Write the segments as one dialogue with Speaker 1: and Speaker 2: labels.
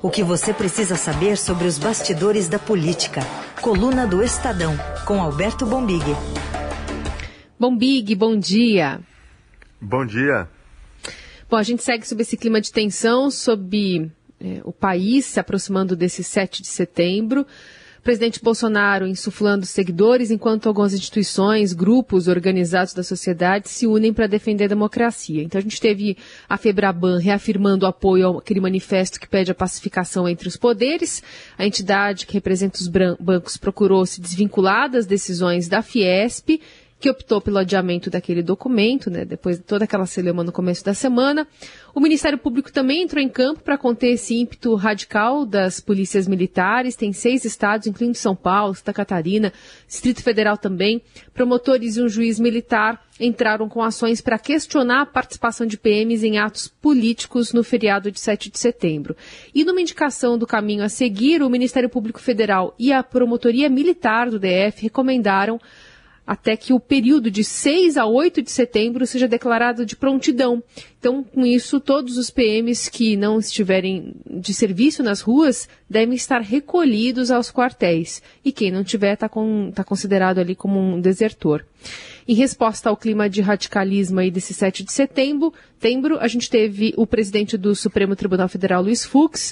Speaker 1: O que você precisa saber sobre os bastidores da política. Coluna do Estadão, com Alberto Bombig.
Speaker 2: Bombig, bom dia.
Speaker 3: Bom dia.
Speaker 2: Bom, a gente segue sob esse clima de tensão, sob o país se aproximando desse 7 de setembro. O presidente Bolsonaro insuflando seguidores, enquanto algumas instituições, grupos organizados da sociedade se unem para defender a democracia. Então a gente teve a FEBRABAN reafirmando o apoio àquele manifesto que pede a pacificação entre os poderes. A entidade que representa os bancos procurou se desvincular das decisões da Fiesp, que optou pelo adiamento daquele documento, né, depois de toda aquela celeuma no começo da semana. O Ministério Público também entrou em campo para conter esse ímpeto radical das polícias militares. Tem 6 estados, incluindo São Paulo, Santa Catarina, Distrito Federal também. Promotores e um juiz militar entraram com ações para questionar a participação de PMs em atos políticos no feriado de 7 de setembro. E numa indicação do caminho a seguir, o Ministério Público Federal e a Promotoria Militar do DF recomendaram até que o período de 6 a 8 de setembro seja declarado de prontidão. Então, com isso, todos os PMs que não estiverem de serviço nas ruas devem estar recolhidos aos quartéis. E quem não tiver está considerado ali como um desertor. Em resposta ao clima de radicalismo aí desse 7 de setembro, a gente teve o presidente do Supremo Tribunal Federal, Luiz Fux,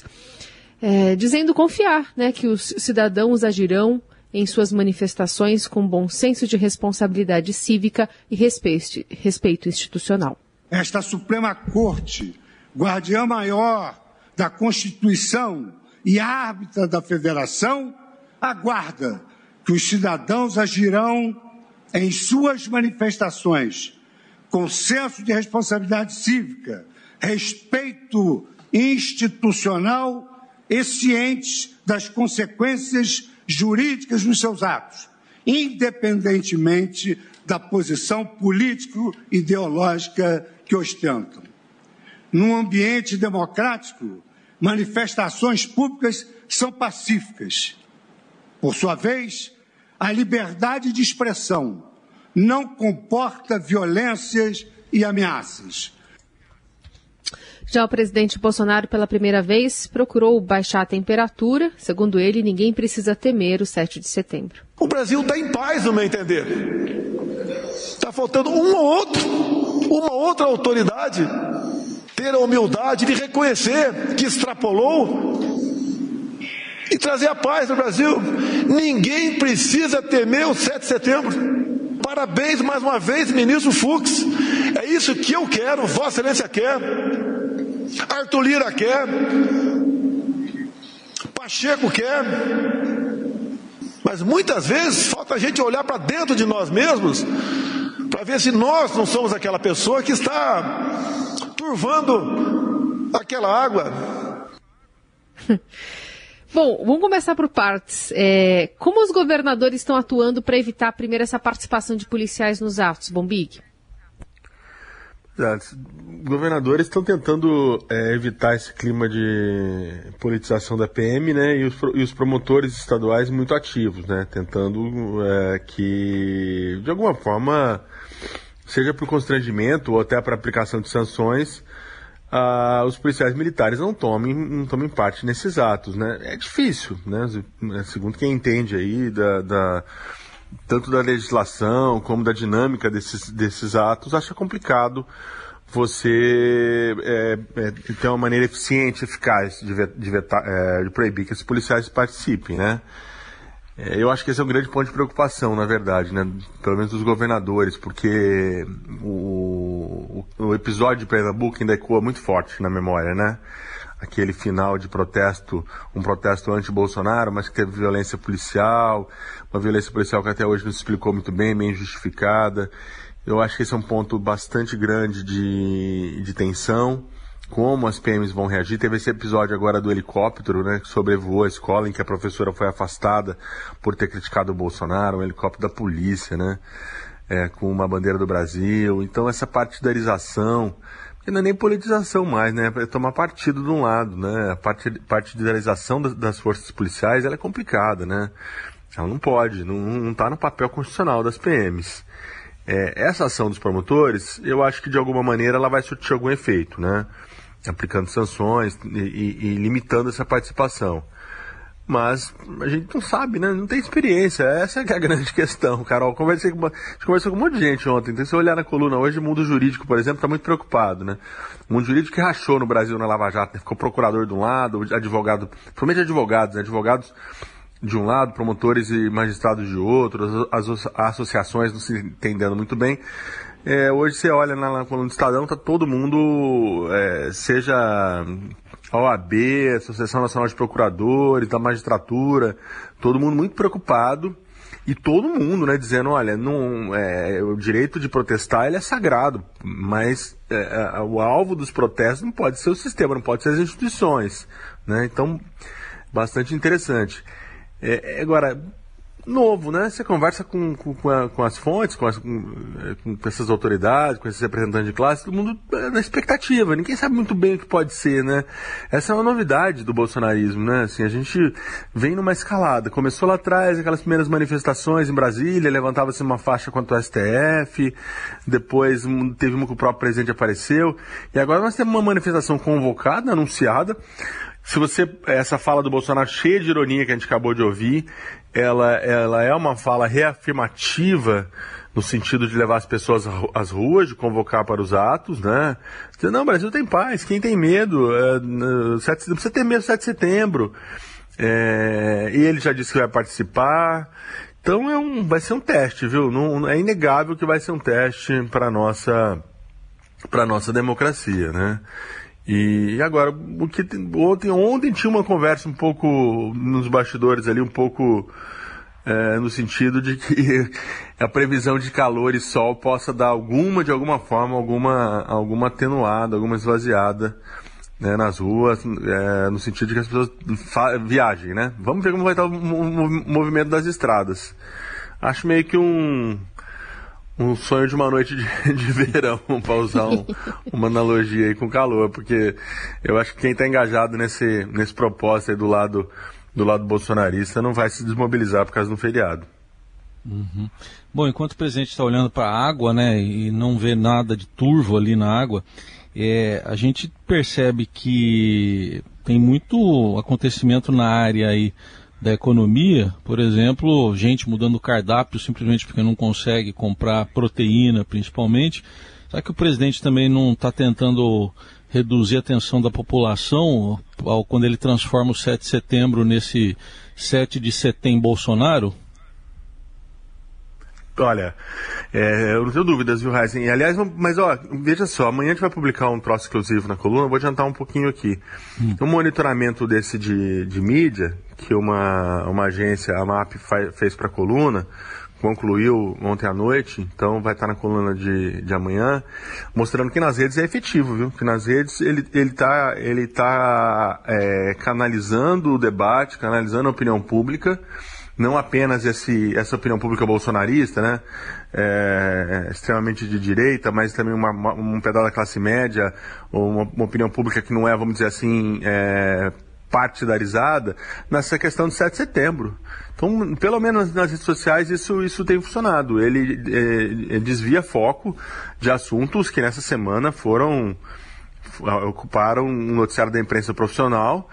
Speaker 2: dizendo confiar, né, que os cidadãos agirão em suas manifestações com bom senso de responsabilidade cívica e respeito institucional.
Speaker 4: Esta Suprema Corte, guardiã maior da Constituição e árbitra da Federação, aguarda que os cidadãos agirão em suas manifestações com senso de responsabilidade cívica, respeito institucional e cientes das consequências jurídicas nos seus atos, independentemente da posição político-ideológica que ostentam. Num ambiente democrático, manifestações públicas são pacíficas. Por sua vez, a liberdade de expressão não comporta violências e ameaças.
Speaker 2: Já o presidente Bolsonaro, pela primeira vez, procurou baixar a temperatura. Segundo ele, ninguém precisa temer o 7 de setembro.
Speaker 5: O Brasil está em paz, no meu entender. Está faltando uma outra autoridade ter a humildade de reconhecer que extrapolou e trazer a paz no Brasil. Ninguém precisa temer o 7 de setembro. Parabéns mais uma vez, ministro Fux. É isso que eu quero, Vossa Excelência quer. Arthur Lira quer, Pacheco quer, mas muitas vezes falta a gente olhar para dentro de nós mesmos para ver se nós não somos aquela pessoa que está turvando aquela água.
Speaker 2: Bom, vamos começar por partes. Como os governadores estão atuando para evitar primeiro essa participação de policiais nos atos, Bombig?
Speaker 3: Os governadores estão tentando evitar esse clima de politização da PM, né, e os promotores estaduais muito ativos, né, tentando que, de alguma forma, seja por constrangimento ou até para aplicação de sanções, os policiais militares não tomem parte nesses atos, né. É difícil, né, segundo quem entende aí tanto da legislação como da dinâmica desses atos, acha complicado você ter uma maneira eficiente, eficaz de proibir que esses policiais participem, né? Eu acho que esse é um grande ponto de preocupação, na verdade, né? Pelo menos dos governadores, porque o episódio de Pernambuco ainda ecoa muito forte na memória, né? Aquele final de protesto, um protesto anti-Bolsonaro, mas que teve violência policial, uma violência policial que até hoje não se explicou muito bem, bem justificada. Eu acho que esse é um ponto bastante grande de tensão, como as PMs vão reagir. Teve esse episódio agora do helicóptero, né, que sobrevoou a escola, em que a professora foi afastada por ter criticado o Bolsonaro, um helicóptero da polícia, né, com uma bandeira do Brasil. Então essa partidarização, que não é nem politização mais, né? É tomar partido de um lado, né? A partidarização das forças policiais, ela é complicada, né? Ela não pode, não está no papel constitucional das PMs. Essa ação dos promotores, eu acho que de alguma maneira ela vai surtir algum efeito, né? aplicando sanções e limitando essa participação. Mas a gente não sabe, né? Não tem experiência. Essa é que é a grande questão, Carol. A gente conversou com um monte de gente ontem. Então, se você olhar na coluna hoje, o mundo jurídico, por exemplo, está muito preocupado, né? O mundo jurídico que rachou no Brasil na Lava Jato, né? Ficou procurador de um lado, advogado, principalmente advogados, né? Advogados de um lado, promotores e magistrados de outro, as associações não se entendendo muito bem. Hoje você olha na coluna do Estadão, tá todo mundo, seja a OAB, a Associação Nacional de Procuradores, da magistratura, todo mundo muito preocupado e todo mundo, né, dizendo, olha, o direito de protestar ele é sagrado, mas o alvo dos protestos não pode ser o sistema, não pode ser as instituições, né? Então, bastante interessante. Agora, novo, né? Você conversa com as fontes, com essas autoridades, com esses representantes de classe, todo mundo na expectativa. Ninguém sabe muito bem o que pode ser, né? Essa é uma novidade do bolsonarismo, né? Assim, a gente vem numa escalada. Começou lá atrás, aquelas primeiras manifestações em Brasília, levantava-se uma faixa contra o STF, depois teve uma que o próprio presidente apareceu, e agora nós temos uma manifestação convocada, anunciada. Essa fala do Bolsonaro cheia de ironia que a gente acabou de ouvir, ela é uma fala reafirmativa no sentido de levar as pessoas às ruas, de convocar para os atos, né? Dizer, não, o Brasil tem paz, quem tem medo? Não precisa ter medo do 7 de setembro. E ele já disse que vai participar. Então vai ser um teste, viu? Não, é inegável que vai ser um teste para a nossa democracia, né? E agora, ontem tinha uma conversa um pouco nos bastidores ali, um pouco no sentido de que a previsão de calor e sol possa dar de alguma forma, alguma atenuada, alguma esvaziada, né, nas ruas, no sentido de que as pessoas viajem, né? Vamos ver como vai estar o movimento das estradas. Acho meio que um sonho de uma noite de verão, para usar uma analogia aí com calor, porque eu acho que quem está engajado nesse propósito aí do lado bolsonarista não vai se desmobilizar por causa de um feriado.
Speaker 6: Uhum. Bom, enquanto o presidente está olhando para a água, né, e não vê nada de turvo ali na água, a gente percebe que tem muito acontecimento na área aí da economia, por exemplo, gente mudando o cardápio simplesmente porque não consegue comprar proteína, principalmente. Será que o presidente também não está tentando reduzir a tensão da população quando ele transforma o 7 de setembro nesse 7 de setembro Bolsonaro? Olha,
Speaker 3: eu não tenho dúvidas, viu, Heisen? Aliás, mas veja só, amanhã a gente vai publicar um troço exclusivo na coluna, vou adiantar um pouquinho aqui. Um monitoramento desse de mídia, que uma agência, a MAP, fez para a coluna, concluiu ontem à noite, então vai estar na coluna de amanhã, mostrando que nas redes é efetivo, viu? Que nas redes ele tá canalizando o debate, canalizando a opinião pública, não apenas essa opinião pública bolsonarista, né, extremamente de direita, mas também um pedaço da classe média, ou uma opinião pública que não é, vamos dizer assim, partidarizada, nessa questão de 7 de setembro. Então, pelo menos nas redes sociais, isso tem funcionado. Ele desvia foco de assuntos que nessa semana ocuparam um noticiário da imprensa profissional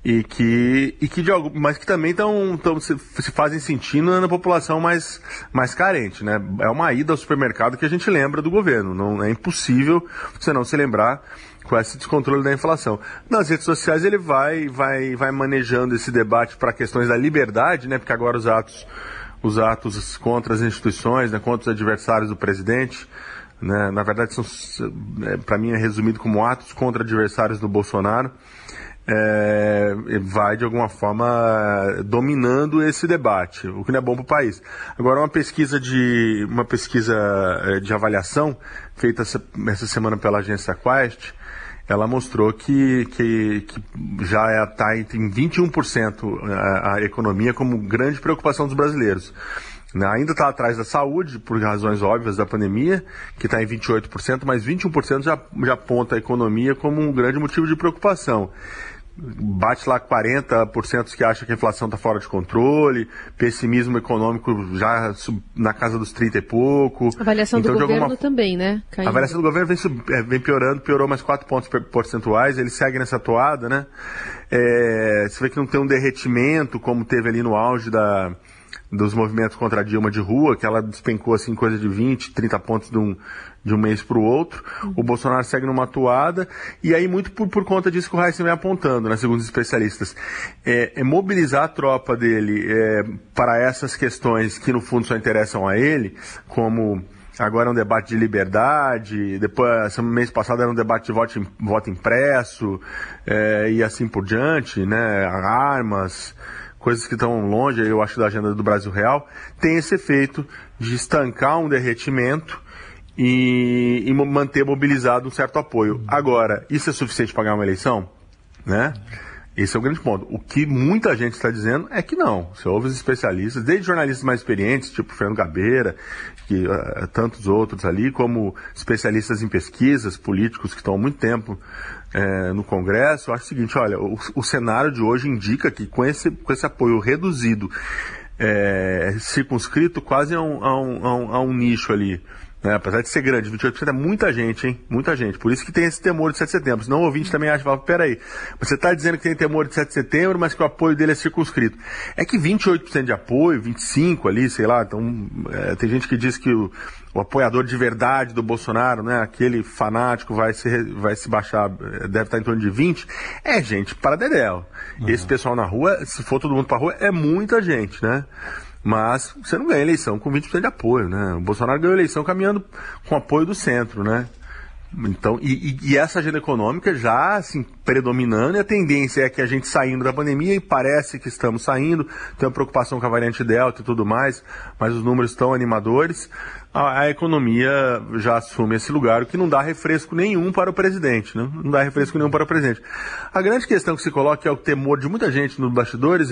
Speaker 3: mas que também se fazem sentindo na população mais carente, né? É uma ida ao supermercado que a gente lembra do governo. Não é impossível você não se lembrar com esse descontrole da inflação. Nas redes sociais ele vai manejando esse debate para questões da liberdade, né? Porque agora os atos contra as instituições, né? Contra os adversários do presidente, né? Na verdade, para mim é resumido como atos contra adversários do Bolsonaro, vai de alguma forma dominando esse debate, o que não é bom para o país. Agora, uma pesquisa de avaliação feita essa semana pela agência Quest, ela mostrou que já está em 21% a economia como grande preocupação dos brasileiros. Ainda está atrás da saúde, por razões óbvias da pandemia, que está em 28%, mas 21% já aponta a economia como um grande motivo de preocupação. bate lá 40% que acha que a inflação está fora de controle, pessimismo econômico já na casa dos 30 e pouco.
Speaker 2: A avaliação do governo também, né?
Speaker 3: A avaliação do governo vem piorando, piorou mais 4 pontos percentuais, ele segue nessa toada, né? Você vê que não tem um derretimento como teve ali no auge dos movimentos contra a Dilma de rua, que ela despencou assim coisa de 20, 30 pontos de um mês para o outro. O Bolsonaro segue numa toada, e aí muito por conta disso que o Raíssa vem apontando, né, segundo os especialistas. Mobilizar a tropa dele para essas questões que no fundo só interessam a ele, como agora é um debate de liberdade, depois, mês passado era um debate de voto impresso, e assim por diante, né, armas, coisas que estão longe, eu acho, da agenda do Brasil Real, tem esse efeito de estancar um derretimento e manter mobilizado um certo apoio. Agora, isso é suficiente para ganhar uma eleição? Né? Esse é o grande ponto. O que muita gente está dizendo é que não. Você ouve os especialistas, desde jornalistas mais experientes, tipo Fernando Gabeira, tantos outros ali, como especialistas em pesquisas, políticos que estão há muito tempo no Congresso. Eu acho o seguinte, olha, o cenário de hoje indica que com esse apoio reduzido, circunscrito quase a um nicho ali, apesar de ser grande, 28% é muita gente, hein? Muita gente. Por isso que tem esse temor de 7 de setembro. Senão o ouvinte também acha, peraí, você está dizendo que tem temor de 7 de setembro, mas que o apoio dele é circunscrito. É que 28% de apoio, 25% ali, sei lá, então tem gente que diz que o apoiador de verdade do Bolsonaro, né, aquele fanático vai se baixar, deve estar em torno de 20%. É gente para dedéu. Esse pessoal na rua, se for todo mundo para rua, é muita gente, né? Mas você não ganha eleição com 20% de apoio, né? O Bolsonaro ganhou a eleição caminhando com apoio do centro, né? Então, e essa agenda econômica já, assim, predominando, e a tendência é que a gente saindo da pandemia, e parece que estamos saindo, tem uma preocupação com a variante Delta e tudo mais, mas os números estão animadores, a economia já assume esse lugar, o que não dá refresco nenhum para o presidente, né? Não dá refresco nenhum para o presidente. A grande questão que se coloca, que é o temor de muita gente nos bastidores,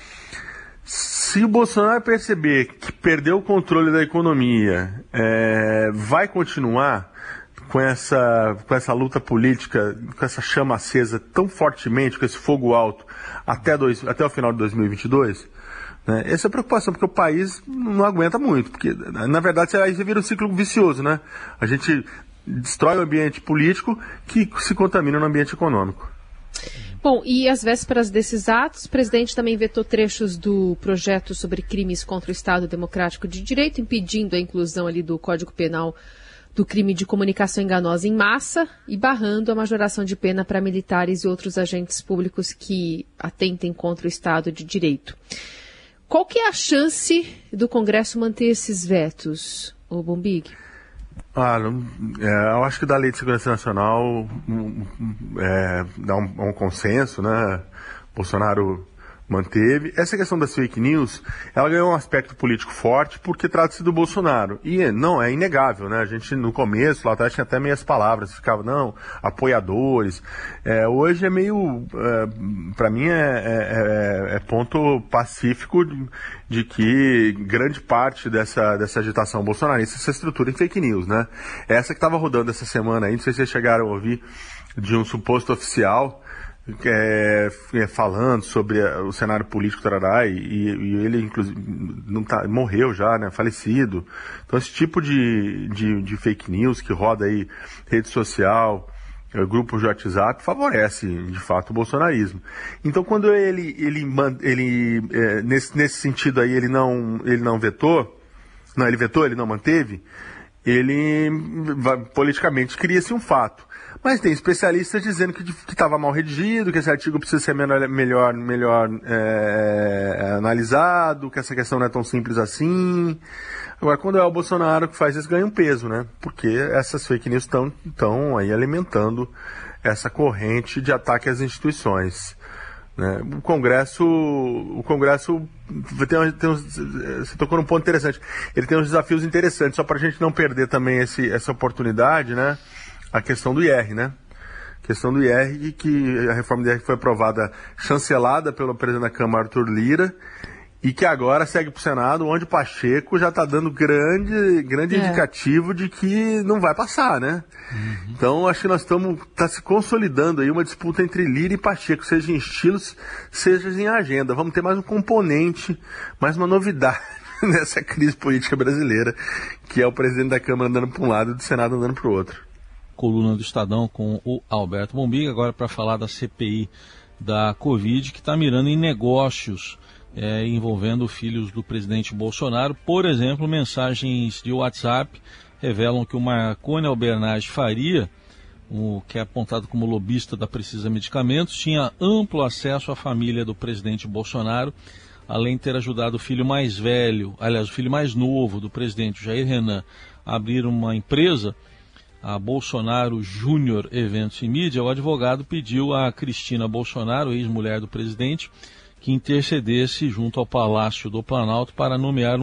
Speaker 3: se o Bolsonaro perceber que perdeu o controle da economia, vai continuar com essa luta política, com essa chama acesa tão fortemente, com esse fogo alto, até o final de 2022? Né? Essa é a preocupação, porque o país não aguenta muito, porque, na verdade, aí você vira um ciclo vicioso, né? A gente destrói o ambiente político que se contamina no ambiente econômico.
Speaker 2: Bom, e às vésperas desses atos, o presidente também vetou trechos do projeto sobre crimes contra o Estado Democrático de Direito, impedindo a inclusão ali do Código Penal do crime de comunicação enganosa em massa e barrando a majoração de pena para militares e outros agentes públicos que atentem contra o Estado de Direito. Qual que é a chance do Congresso manter esses vetos, ô Bombig?
Speaker 3: Eu acho que da Lei de Segurança Nacional dá um consenso, né? Bolsonaro manteve. Essa questão das fake news, ela ganhou um aspecto político forte porque trata-se do Bolsonaro. E não, é inegável, né? A gente no começo, lá atrás, tinha até meias palavras, ficava, não, apoiadores. Hoje é meio, para mim é ponto pacífico de que grande parte dessa agitação bolsonarista se estrutura em fake news, né? Essa que estava rodando essa semana aí, não sei se vocês chegaram a ouvir, de um suposto oficial falando sobre o cenário político tarará, e ele inclusive morreu já, né, falecido. Então esse tipo de fake news que roda aí, rede social, grupos de WhatsApp, favorece de fato o bolsonarismo. Então quando ele nesse sentido aí ele não vetou, ele não manteve, ele politicamente cria-se um fato. Mas tem especialistas dizendo que estava mal redigido, que esse artigo precisa ser melhor analisado, que essa questão não é tão simples assim. Agora, quando é o Bolsonaro que faz isso, ganha um peso, né? Porque essas fake news estão aí alimentando essa corrente de ataque às instituições. Né? O Congresso você tocou num ponto interessante. Ele tem uns desafios interessantes, só para a gente não perder também essa oportunidade, né? A questão do IR, né? A questão do IR, que a reforma do IR foi aprovada, chancelada pelo presidente da Câmara, Arthur Lira, e que agora segue para o Senado, onde o Pacheco já está dando grande indicativo de que não vai passar, né? Então, acho que nós está se consolidando aí uma disputa entre Lira e Pacheco, seja em estilos, seja em agenda. Vamos ter mais um componente, mais uma novidade nessa crise política brasileira, que é o presidente da Câmara andando para um lado e do Senado andando para o outro.
Speaker 6: Coluna do Estadão com o Alberto Bombig, agora para falar da CPI da Covid, que está mirando em negócios envolvendo filhos do presidente Bolsonaro. Por exemplo, mensagens de WhatsApp revelam que o Marconi Albernaz Faria, que é apontado como lobista da Precisa Medicamentos, tinha amplo acesso à família do presidente Bolsonaro, além de ter ajudado o filho mais velho, aliás, o filho mais novo do presidente, Jair Renan, a abrir uma empresa, a Bolsonaro Júnior Eventos e Mídia. O advogado pediu a Cristina Bolsonaro, ex-mulher do presidente, que intercedesse junto ao Palácio do Planalto para nomear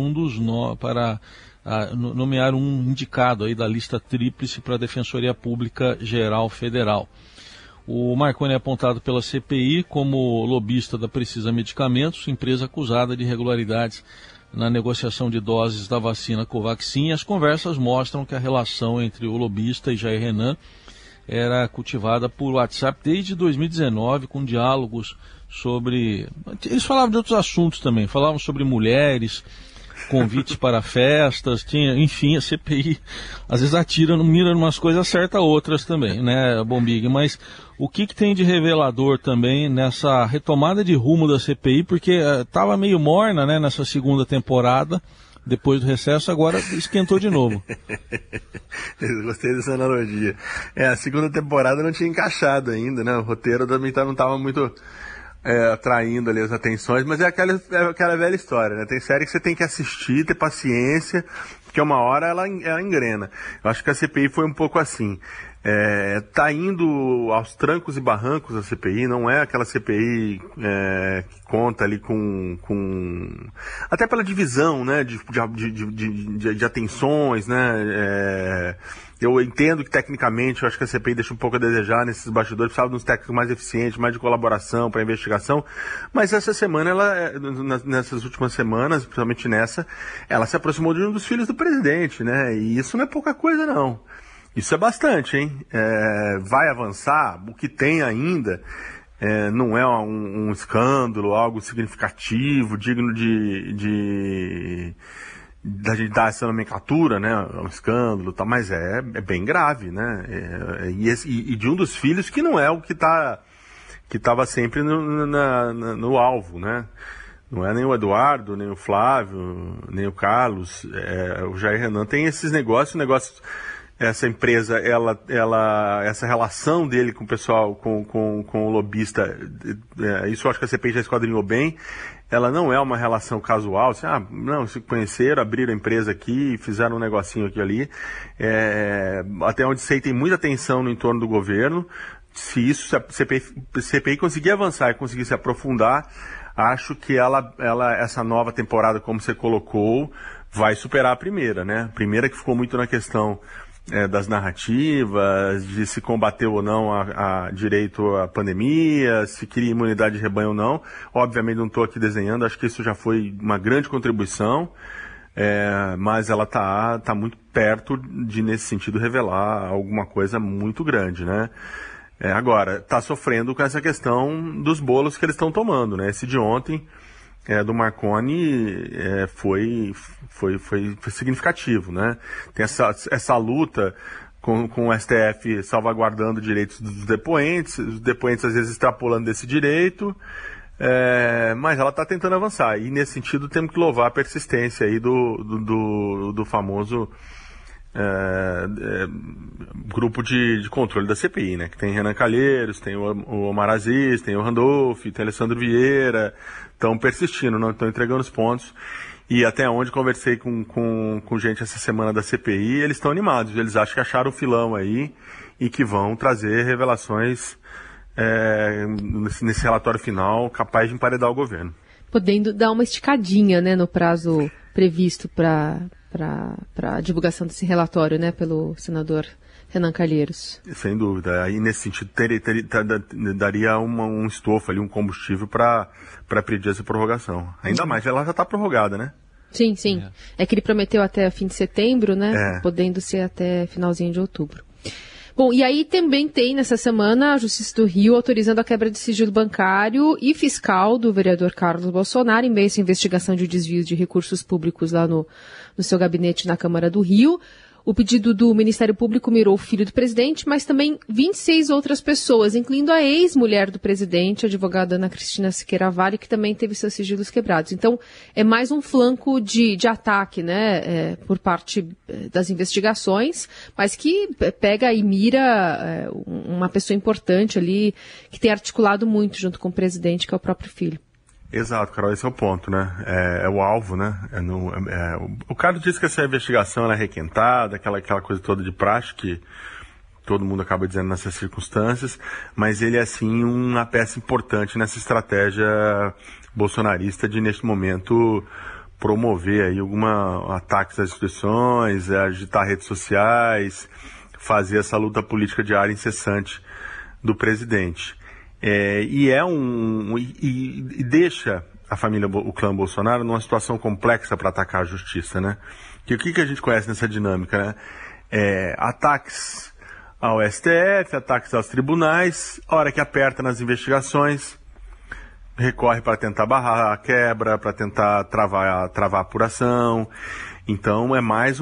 Speaker 6: nomear um indicado aí da lista tríplice para a Defensoria Pública Geral Federal. O Marconi é apontado pela CPI como lobista da Precisa Medicamentos, empresa acusada de irregularidades na negociação de doses da vacina Covaxin. As conversas mostram que a relação entre o lobista e Jair Renan era cultivada por WhatsApp desde 2019, com diálogos sobre... Eles falavam de outros assuntos também, falavam sobre mulheres, convites para festas, enfim, a CPI às vezes mira em umas coisas, acerta outras também, né, Bombig? Mas o que tem de revelador também nessa retomada de rumo da CPI, porque estava meio morna, né, nessa segunda temporada, depois do recesso, agora esquentou de novo.
Speaker 3: Eu gostei dessa analogia. A segunda temporada não tinha encaixado ainda, né? O roteiro também não estava muito atraindo ali as atenções, mas é aquela velha história, né? Tem série que você tem que assistir, ter paciência, porque uma hora ela engrena. Eu acho que a CPI foi um pouco assim. Tá indo aos trancos e barrancos a CPI, não é aquela CPI que conta ali com até pela divisão, né, de atenções, né, eu entendo que tecnicamente eu acho que a CPI deixa um pouco a desejar nesses bastidores, precisava de uns técnicos mais eficientes, mais de colaboração para investigação, mas essa semana, nessas últimas semanas, principalmente nessa, ela se aproximou de um dos filhos do presidente, né, e isso não é pouca coisa não. Isso é bastante, hein? Vai avançar, o que tem ainda não é um escândalo, algo significativo, digno da gente dar essa nomenclatura, né? Um escândalo, tá, mas é bem grave, né? E de um dos filhos que não é o que estava sempre no alvo, né? Não é nem o Eduardo, nem o Flávio, nem o Carlos. O Jair Renan tem esses negócios. Essa empresa, essa relação dele com o pessoal, com o lobista, isso eu acho que a CPI já esquadrinhou bem. Ela não é uma relação casual, assim, se conheceram, abriram a empresa aqui, fizeram um negocinho aqui ali. Até onde sei, tem muita tensão no entorno do governo. Se a CPI conseguir avançar e conseguir se aprofundar, acho que essa nova temporada, como você colocou, vai superar a primeira, né? A primeira que ficou muito na questão das narrativas, de se combateu ou não a direito à pandemia, se queria imunidade de rebanho ou não. Obviamente não estou aqui desenhando, acho que isso já foi uma grande contribuição, mas ela tá muito perto de, nesse sentido, revelar alguma coisa muito grande, né? Agora, está sofrendo com essa questão dos bolos que eles estão tomando, né? Esse de ontem, do Marconi, foi significativo, né? Tem essa luta com o STF salvaguardando direitos dos depoentes, os depoentes às vezes extrapolando desse direito, mas ela está tentando avançar. E nesse sentido temos que louvar a persistência aí do famoso grupo de controle da CPI, né? Que tem Renan Calheiros, tem o Omar Aziz, tem o Randolph, tem o Alessandro Vieira, estão persistindo, não estão entregando os pontos. E até onde conversei com gente essa semana da CPI, eles estão animados, eles acham que acharam o filão aí e que vão trazer revelações nesse relatório final capaz de emparedar o governo.
Speaker 2: Podendo dar uma esticadinha, né, no prazo previsto para a divulgação desse relatório, né, pelo senador Renan Calheiros.
Speaker 3: Sem dúvida. Aí, nesse sentido, daria um estofo ali, um combustível para pedir essa prorrogação. Ainda mais, ela já está prorrogada, né?
Speaker 2: Sim. É que ele prometeu até fim de setembro, né? Podendo ser até finalzinho de outubro. Bom, e aí também tem, nessa semana, a Justiça do Rio autorizando a quebra de sigilo bancário e fiscal do vereador Carlos Bolsonaro, em meio a essa investigação de desvio de recursos públicos lá no seu gabinete na Câmara do Rio. O pedido do Ministério Público mirou o filho do presidente, mas também 26 outras pessoas, incluindo a ex-mulher do presidente, a advogada Ana Cristina Siqueira Vale, que também teve seus sigilos quebrados. Então, é mais um flanco de ataque, né, por parte das investigações, mas que pega e mira uma pessoa importante ali, que tem articulado muito junto com o presidente, que é o próprio filho.
Speaker 3: Exato, Carol, esse é o ponto, né? É o alvo, né? O Carlos disse que essa investigação é requentada, aquela coisa toda de praxe que todo mundo acaba dizendo nessas circunstâncias, mas ele é, sim, uma peça importante nessa estratégia bolsonarista de, neste momento, promover aí ataques às instituições, agitar redes sociais, fazer essa luta política diária incessante do presidente. E deixa a família, o clã Bolsonaro, numa situação complexa para atacar a justiça, né? Que o que a gente conhece nessa dinâmica, né? Ataques ao STF, ataques aos tribunais, a hora que aperta nas investigações, recorre para tentar barrar a quebra, para tentar travar a apuração. Então é mais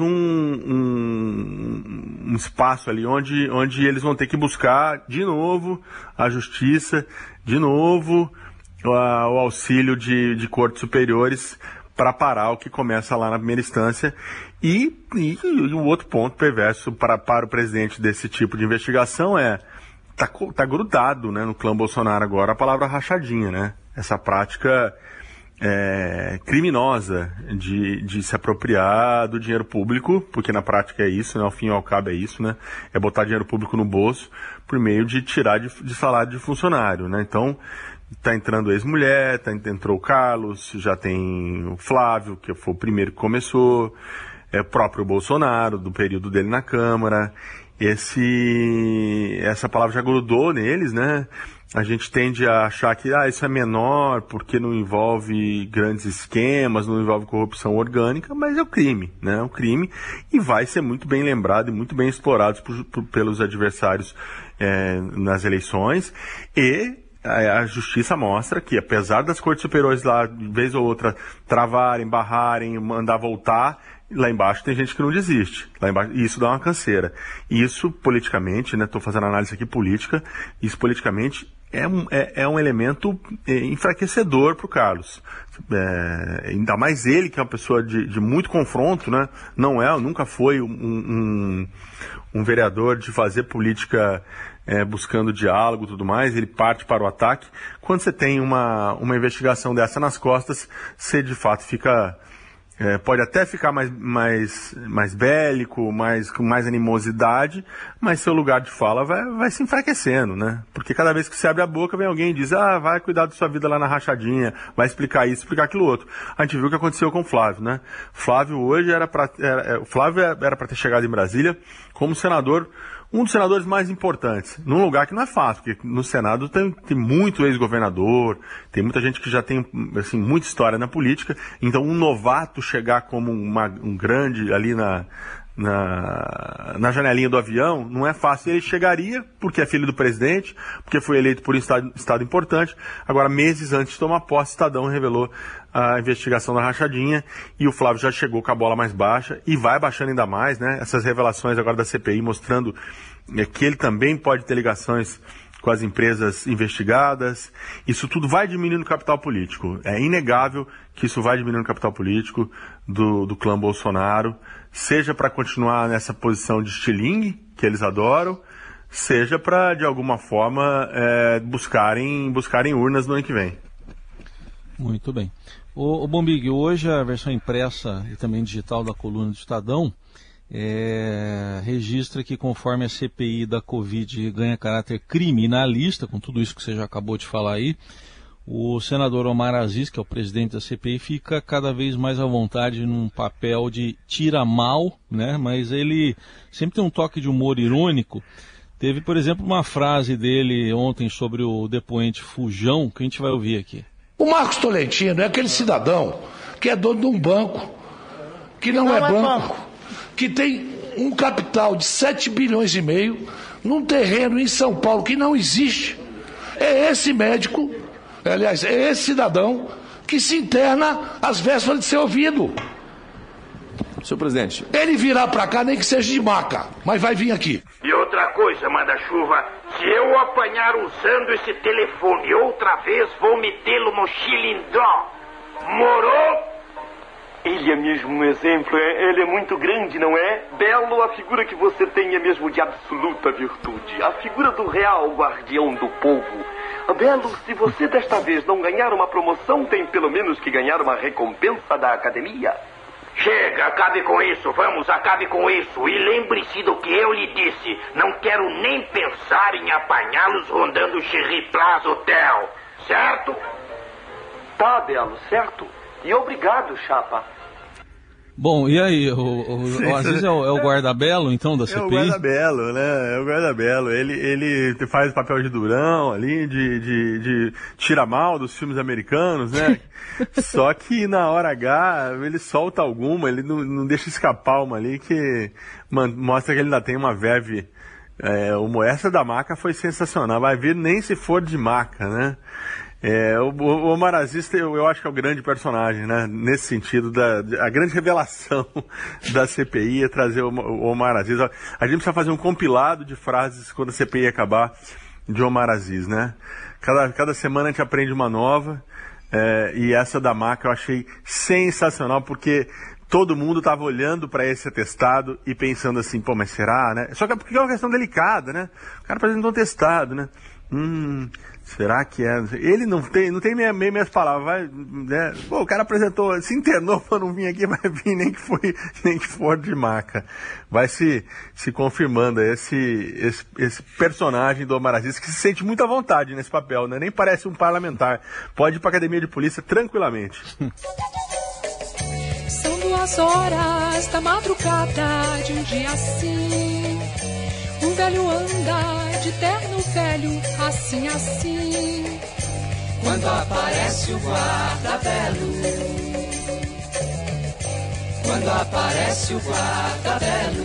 Speaker 3: um espaço ali onde eles vão ter que buscar de novo a justiça, de novo o auxílio de cortes superiores para parar o que começa lá na primeira instância. E o outro ponto perverso para o presidente desse tipo de investigação tá grudado, né, no clã Bolsonaro agora a palavra rachadinha, né? Essa prática criminosa de se apropriar do dinheiro público, porque na prática é isso, né? Ao fim e ao cabo é isso, né? É botar dinheiro público no bolso por meio de tirar de salário de funcionário, né? Então, tá entrando ex-mulher, entrou o Carlos, já tem o Flávio, que foi o primeiro que começou, o próprio Bolsonaro, do período dele na Câmara. Essa palavra já grudou neles, né? A gente tende a achar que isso é menor porque não envolve grandes esquemas, não envolve corrupção orgânica, mas é o crime, né? É um crime e vai ser muito bem lembrado e muito bem explorado pelos adversários nas eleições. E a justiça mostra que, apesar das cortes superiores lá, de vez ou outra, travarem, barrarem, mandar voltar, lá embaixo tem gente que não desiste. Lá embaixo, e isso dá uma canseira. E isso, politicamente, né, estou fazendo análise aqui política, isso politicamente é um elemento enfraquecedor para o Carlos. Ainda mais ele, que é uma pessoa de muito confronto, né? Nunca foi um vereador de fazer política buscando diálogo e tudo mais, ele parte para o ataque. Quando você tem uma investigação dessa nas costas, você de fato fica... pode até ficar mais bélico, com mais animosidade, mas seu lugar de fala vai se enfraquecendo, né? Porque cada vez que você abre a boca, vem alguém e diz, vai cuidar da sua vida lá na rachadinha, vai explicar isso, explicar aquilo outro. A gente viu o que aconteceu com o Flávio, né? Flávio hoje o Flávio era para ter chegado em Brasília como senador, um dos senadores mais importantes, num lugar que não é fácil, porque no Senado tem muito ex-governador, tem muita gente que já tem, assim, muita história na política, então um novato chegar como um grande ali na janelinha do avião, não é fácil. Ele chegaria porque é filho do presidente, porque foi eleito por um estado importante. Agora, meses antes de tomar posse, o Estadão revelou a investigação da rachadinha e o Flávio já chegou com a bola mais baixa e vai baixando ainda mais, né? Essas revelações agora da CPI mostrando que ele também pode ter ligações com as empresas investigadas. Isso tudo vai diminuindo o capital político. É inegável que isso vai diminuindo o capital político do clã Bolsonaro, seja para continuar nessa posição de estilingue, que eles adoram, seja para, de alguma forma, buscarem urnas no ano que vem.
Speaker 6: Muito bem. O Bombig, hoje a versão impressa e também digital da coluna do Estadão registra que, conforme a CPI da Covid ganha caráter criminalista, com tudo isso que você já acabou de falar aí, o senador Omar Aziz, que é o presidente da CPI, fica cada vez mais à vontade num papel de tira-mal, né? Mas ele sempre tem um toque de humor irônico. Teve, por exemplo, uma frase dele ontem sobre o depoente Fujão, que a gente vai ouvir aqui.
Speaker 7: O Marcos Tolentino é aquele cidadão que é dono de um banco, que não é banco, que tem um capital de 7 bilhões e meio num terreno em São Paulo que não existe. É esse médico, aliás, é esse cidadão que se interna às vésperas de ser ouvido.
Speaker 8: Senhor presidente.
Speaker 7: Ele virá pra cá, nem que seja de maca, mas vai vir aqui.
Speaker 9: E outra coisa, manda-chuva, se eu apanhar usando esse telefone outra vez, vou metê-lo no chilindró. Morou?
Speaker 10: Ele é mesmo um exemplo, ele é muito grande, não é? Belo, a figura que você tem é mesmo de absoluta virtude. A figura do real guardião do povo. Belo, se você desta vez não ganhar uma promoção, tem pelo menos que ganhar uma recompensa da academia.
Speaker 9: Chega, acabe com isso, vamos, acabe com isso. E lembre-se do que eu lhe disse. Não quero nem pensar em apanhá-los rondando o Cherry Plaza Hotel, certo?
Speaker 10: Tá, Belo, certo. E obrigado, chapa.
Speaker 6: Bom, e aí, o Aziz é o guarda-belo, então, da CPI?
Speaker 3: É o guarda-belo, né? É o guarda-belo. Ele faz o papel de durão ali, de tira-mal dos filmes americanos, né? Só que na hora H, ele solta alguma, ele não deixa escapar uma ali que mostra que ele ainda tem uma verve. Essa da maca foi sensacional. Vai vir nem se for de maca, né? O Omar Aziz, eu acho que é o grande personagem, né? Nesse sentido, a grande revelação da CPI é trazer o Omar Aziz. A gente precisa fazer um compilado de frases quando a CPI acabar de Omar Aziz, né? Cada semana a gente aprende uma nova, e essa da maca eu achei sensacional, porque todo mundo estava olhando para esse atestado e pensando assim, pô, mas será, né? Só que porque é uma questão delicada, né? O cara apresentou um atestado, né? Será que é? Ele não tem minhas palavras, né? Pô, o cara apresentou, se internou para não vir aqui, vai vir nem que for de maca. Vai se confirmando esse personagem do Omar Aziz, que se sente muito à vontade nesse papel, né? Nem parece um parlamentar. Pode ir para a academia de polícia tranquilamente.
Speaker 11: São 2 horas da madrugada de um dia assim. Um velho anda de terno velho, assim, assim. Quando aparece o guarda-belo. Quando aparece o guarda-belo.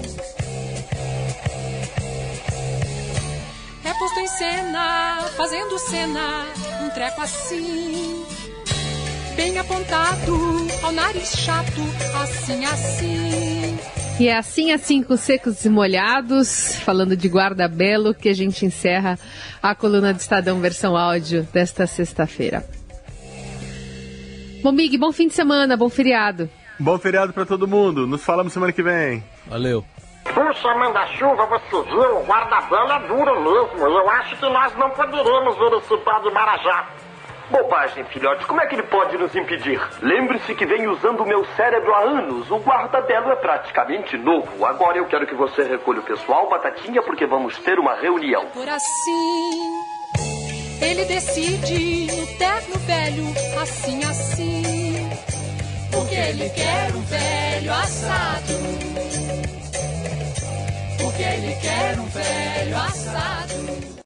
Speaker 11: É posto em cena, fazendo cena, um treco assim. Bem apontado, ao nariz chato, assim, assim.
Speaker 2: E é assim com secos e molhados, falando de guarda-belo, que a gente encerra a coluna do Estadão versão áudio desta sexta-feira. Bom, Big, bom fim de semana, bom feriado.
Speaker 3: Bom feriado pra todo mundo, nos falamos semana que vem.
Speaker 6: Valeu.
Speaker 9: Puxa, manda-chuva, você viu? O guarda-belo é duro mesmo. Eu acho que nós não poderemos ver esse pé de Marajá.
Speaker 10: Bobagem, filhote. Como é que ele pode nos impedir? Lembre-se que vem usando o meu cérebro há anos. O guarda-belo é praticamente novo. Agora eu quero que você recolha o pessoal, Batatinha, porque vamos ter uma reunião.
Speaker 11: Por assim, ele decide no terno velho, assim, assim. Porque ele quer um velho assado. Porque ele quer um velho assado.